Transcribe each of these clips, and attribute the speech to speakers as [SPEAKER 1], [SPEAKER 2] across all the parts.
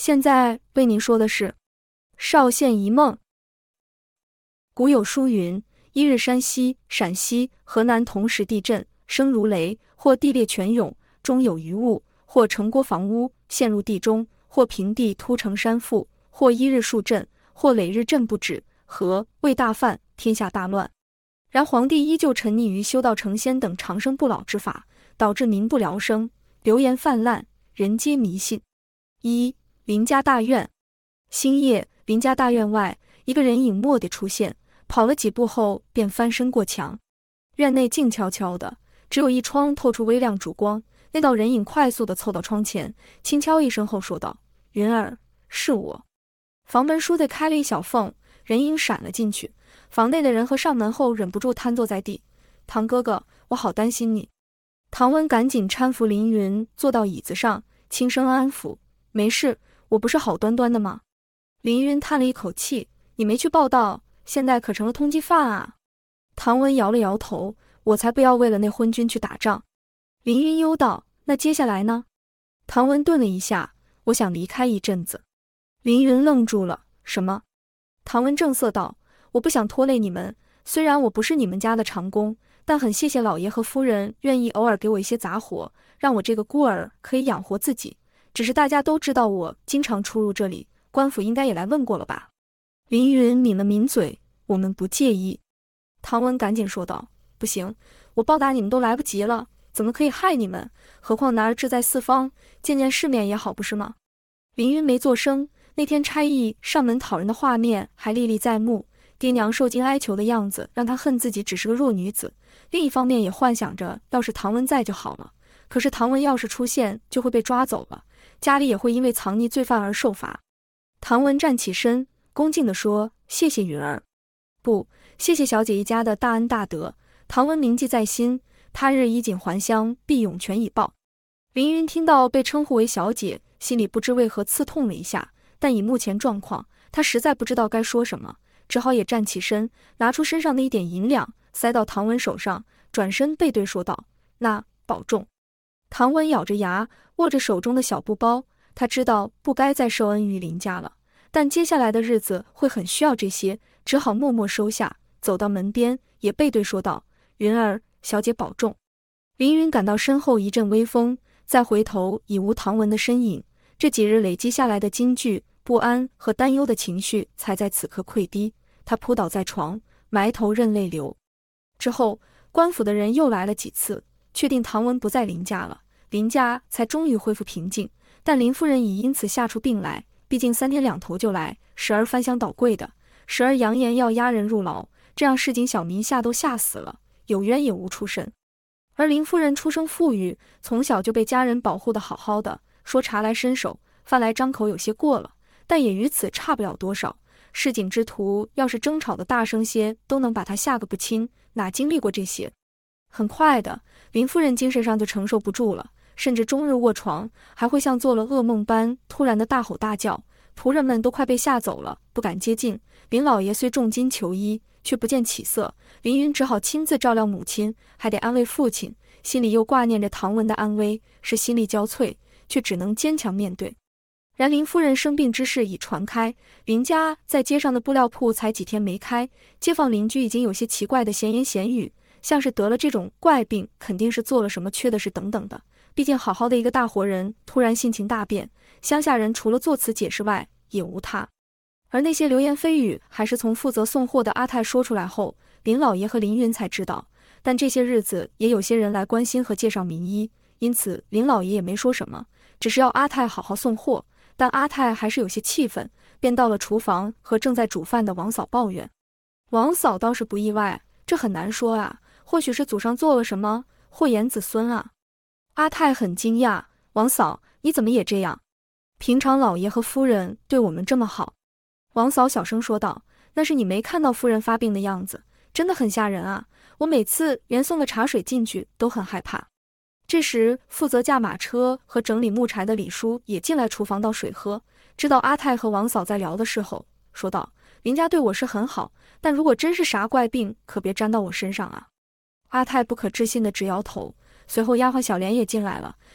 [SPEAKER 1] 现在为您说的是少县一梦。古有书云：一日山西、陕西、河南同时地震，声如雷，或地裂泉涌，中有余物，或城郭房屋陷入地中，或平地突成山腹，或一日数震，或累日震不止，和未大犯，天下大乱。然皇帝依旧沉溺于修道成仙等长生不老之法，导致民不聊生，流言泛滥，人皆迷信。一、林家大院。星夜，林家大院外，一个人影蓦地出现，跑了几步后便翻身过墙。院内静悄悄的，只有一窗透出微亮烛光。那道人影快速地凑到窗前，轻敲一声后说道：“云儿，是我。”房门倏地开了一小缝，人影闪了进去。房内的人和上门后忍不住瘫坐在地。唐哥哥，我好担心你。唐温赶紧搀扶凌云坐到椅子上，轻声安抚：“没事，我不是好端端的吗？”凌云叹了一口气：“你没去报道，现在可成了通缉犯啊。”唐温摇了摇头：“我才不要为了那昏君去打仗。”凌云忧道：“那接下来呢？”唐温顿了一下：“我想离开一阵子。”凌云愣住了：“什么？”唐温正色道：“我不想拖累你们，虽然我不是你们家的长工，但很谢谢老爷和夫人愿意偶尔给我一些杂活，让我这个孤儿可以养活自己。只是大家都知道我经常出入这里，官府应该也来问过了吧？”凌云抿了抿嘴：“我们不介意。”唐温赶紧说道：“不行，我报答你们都来不及了，怎么可以害你们？何况男儿志在四方，见见世面也好，不是吗？”凌云没作声。那天差役上门讨人的画面还历历在目，爹娘受尽哀求的样子让他恨自己只是个弱女子。另一方面也幻想着要是唐温在就好了，可是唐温要是出现就会被抓走了，家里也会因为藏匿罪犯而受罚。唐温站起身，恭敬地说：“谢谢云儿。”“不，谢谢小姐一家的大恩大德。”唐温铭记在心，他日衣锦还乡，必涌泉以报。凌云听到被称呼为小姐，心里不知为何刺痛了一下，但以目前状况，他实在不知道该说什么，只好也站起身，拿出身上的一点银两，塞到唐温手上，转身背对说道：“那保重。”唐温咬着牙，握着手中的小布包，他知道不该再受恩于林家了，但接下来的日子会很需要这些，只好默默收下，走到门边，也背对说道：“云儿，小姐保重。”凌云感到身后一阵微风，再回头已无唐温的身影。这几日累积下来的惊惧、不安和担忧的情绪才在此刻溃堤，他扑倒在床，埋头任泪流。之后官府的人又来了几次，确定唐温不在林家了，林家才终于恢复平静。但林夫人已因此吓出病来，毕竟3天2头就来，时而翻箱倒柜的，时而扬言要押人入牢，这让市井小民吓都吓死了，有冤也无处申。而林夫人出生富裕，从小就被家人保护得好好的，说茶来伸手，饭来张口有些过了，但也与此差不了多少。市井之徒要是争吵的大声些，都能把他吓个不轻，哪经历过这些？很快的，林夫人精神上就承受不住了，甚至终日卧床，还会像做了噩梦般突然的大吼大叫，仆人们都快被吓走了，不敢接近。林老爷虽重金求医，却不见起色，凌云只好亲自照料母亲，还得安慰父亲，心里又挂念着唐文的安危，是心力交瘁，却只能坚强面对。然林夫人生病之事已传开，林家在街上的布料铺才几天没开，街坊邻居已经有些奇怪的闲言闲语，像是得了这种怪病，肯定是做了什么缺的事等等的。毕竟好好的一个大活人，突然性情大变，乡下人除了作此解释外，也无他。而那些流言蜚语，还是从负责送货的阿泰说出来后，林老爷和林云才知道。但这些日子也有些人来关心和介绍名医，因此林老爷也没说什么，只是要阿泰好好送货。但阿泰还是有些气愤，便到了厨房和正在煮饭的王嫂抱怨。王嫂倒是不意外，这很难说啊，或许是祖上做了什么，祸延子孙啊。阿泰很惊讶：“王嫂，你怎么也这样？平常老爷和夫人对我们这么好。”王嫂小声说道：“那是你没看到夫人发病的样子，真的很吓人啊，我每次连送个茶水进去都很害怕。”这时负责驾马车和整理木柴的李叔也进来厨房倒水喝，知道阿泰和王嫂在聊的时候，说道：“林家对我是很好，但如果真是啥怪病，可别沾到我身上啊。”阿泰不可置信地直摇头。随后丫鬟小莲也进来了，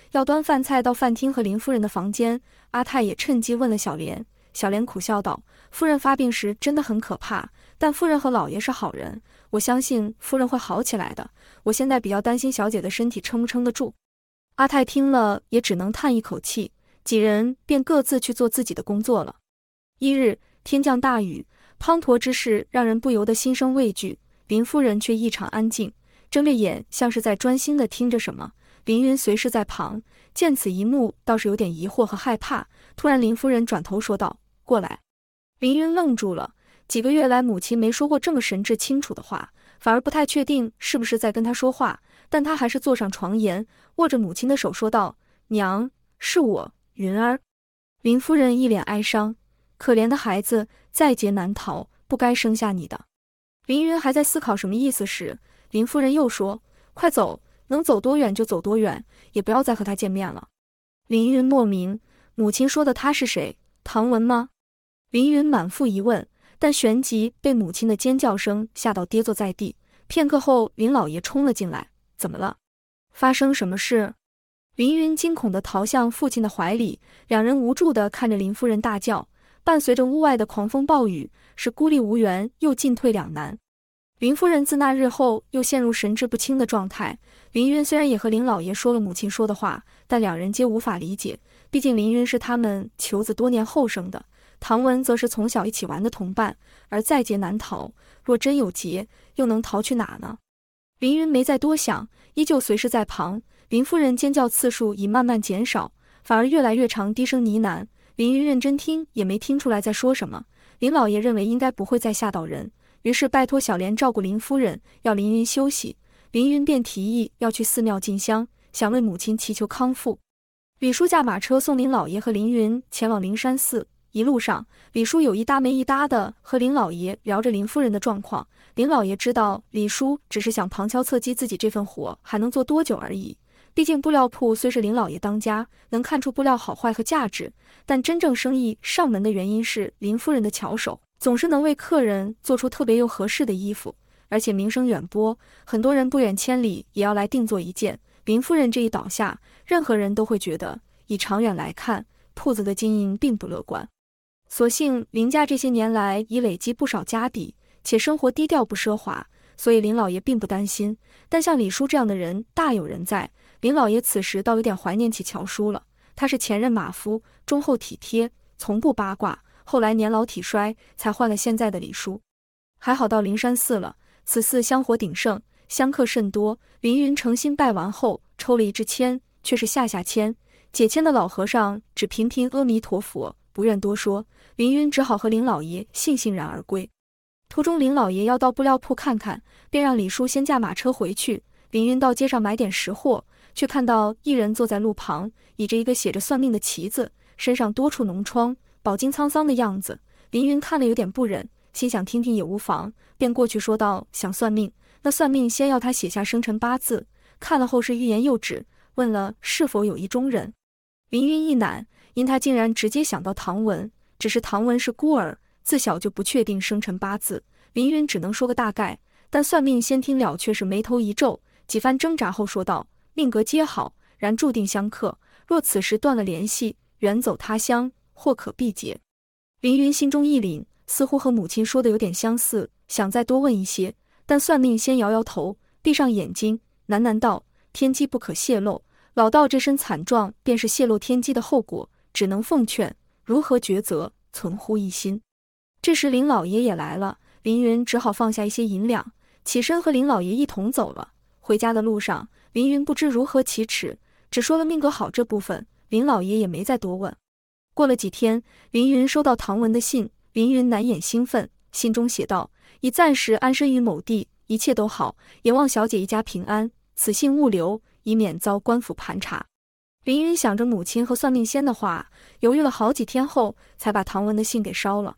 [SPEAKER 1] 要端饭菜到饭厅和林夫人的房间。阿泰也趁机问了小莲，小莲苦笑道：“夫人发病时真的很可怕，但夫人和老爷是好人，我相信夫人会好起来的。我现在比较担心小姐的身体撑不撑得住。”阿泰听了也只能叹一口气，几人便各自去做自己的工作了。一日，天降大雨，滂沱之势让人不由得心生畏惧。林夫人却异常安静，睁着眼，像是在专心地听着什么。林云随侍在旁，见此一幕，倒是有点疑惑和害怕。突然，林夫人转头说道：“过来。”林云愣住了，几个月来母亲没说过这么神志清楚的话，反而不太确定是不是在跟他说话，但他还是坐上床沿，握着母亲的手说道：“娘，是我，云儿。”林夫人一脸哀伤：“可怜的孩子，在劫难逃，不该生下你的。”林云还在思考什么意思时，林夫人又说：“快走，能走多远就走多远，也不要再和他见面了。”林云莫名，母亲说的他是谁？唐文吗？林云满腹疑问，但旋即被母亲的尖叫声吓到跌坐在地。片刻后，林老爷冲了进来：“怎么了？发生什么事？”林云惊恐地逃向父亲的怀里，两人无助地看着林夫人大叫，伴随着屋外的狂风暴雨，是孤立无援又进退两难。林夫人自那日后又陷入神志不清的状态。林云虽然也和林老爷说了母亲说的话，但两人皆无法理解，毕竟林云是他们求子多年后生的，唐文则是从小一起玩的同伴，而在劫难逃，若真有劫，又能逃去哪呢？林云没再多想，依旧随侍在旁。林夫人尖叫次数已慢慢减少，反而越来越长，低声呢喃。林云认真听，也没听出来在说什么。林老爷认为应该不会再吓到人，于是拜托小莲照顾林夫人，要林云休息。林云便提议要去寺庙进香，想为母亲祈求康复。李叔驾马车送林老爷和林云前往灵山寺。一路上，李叔有一搭没一搭的和林老爷聊着林夫人的状况。林老爷知道李叔只是想旁敲侧击自己这份活还能做多久而已，毕竟布料铺虽是林老爷当家，能看出布料好坏和价值，但真正生意上门的原因是林夫人的巧手，总是能为客人做出特别又合适的衣服，而且名声远播，很多人不远千里也要来定做一件。林夫人这一倒下，任何人都会觉得以长远来看，铺子的经营并不乐观。所幸林家这些年来已累积不少家底，且生活低调不奢华，所以林老爷并不担心。但像李叔这样的人大有人在，林老爷此时倒有点怀念起乔叔了。他是前任马夫，忠厚体贴，从不八卦，后来年老体衰，才换了现在的李叔。还好到灵山寺了，此寺香火鼎盛，香客甚多。林云诚心拜完后，抽了一支签，却是下签。解签的老和尚只频频阿弥陀佛，不愿多说。林云只好和林老爷悻然而归。途中林老爷要到布料铺看看，便让李叔先驾马车回去。林云到街上买点实货，却看到一人坐在路旁，倚着一个写着算命的旗子，身上多处脓疮，饱经沧桑的样子。林云看了有点不忍，心想听听也无妨，便过去说道：“想算命。”那算命先要他写下生辰八字，看了后是欲言又止，问了是否有意中人。林云一难，因他竟然直接想到唐文，只是唐文是孤儿，自小就不确定生辰八字，林云只能说个大概。但算命先听了却是眉头一皱，几番挣扎后说道：“命格皆好，然注定相克，若此时断了联系，远走他乡，或可必劫。”林云心中一凛，似乎和母亲说的有点相似，想再多问一些，但算命先摇摇头，闭上眼睛，喃喃道：“天机不可泄露，老道这身惨状便是泄露天机的后果，只能奉劝，如何抉择，存乎一心。”这时林老爷也来了，林云只好放下一些银两，起身和林老爷一同走了。回家的路上，林云不知如何启齿，只说了命格好这部分，林老爷也没再多问。过了几天，林云收到唐文的信，林云难掩兴奋，信中写道：“已暂时安身于某地，一切都好，也望小姐一家平安，此信勿留，以免遭官府盘查。”林云想着母亲和算命仙的话，犹豫了好几天后，才把唐文的信给烧了。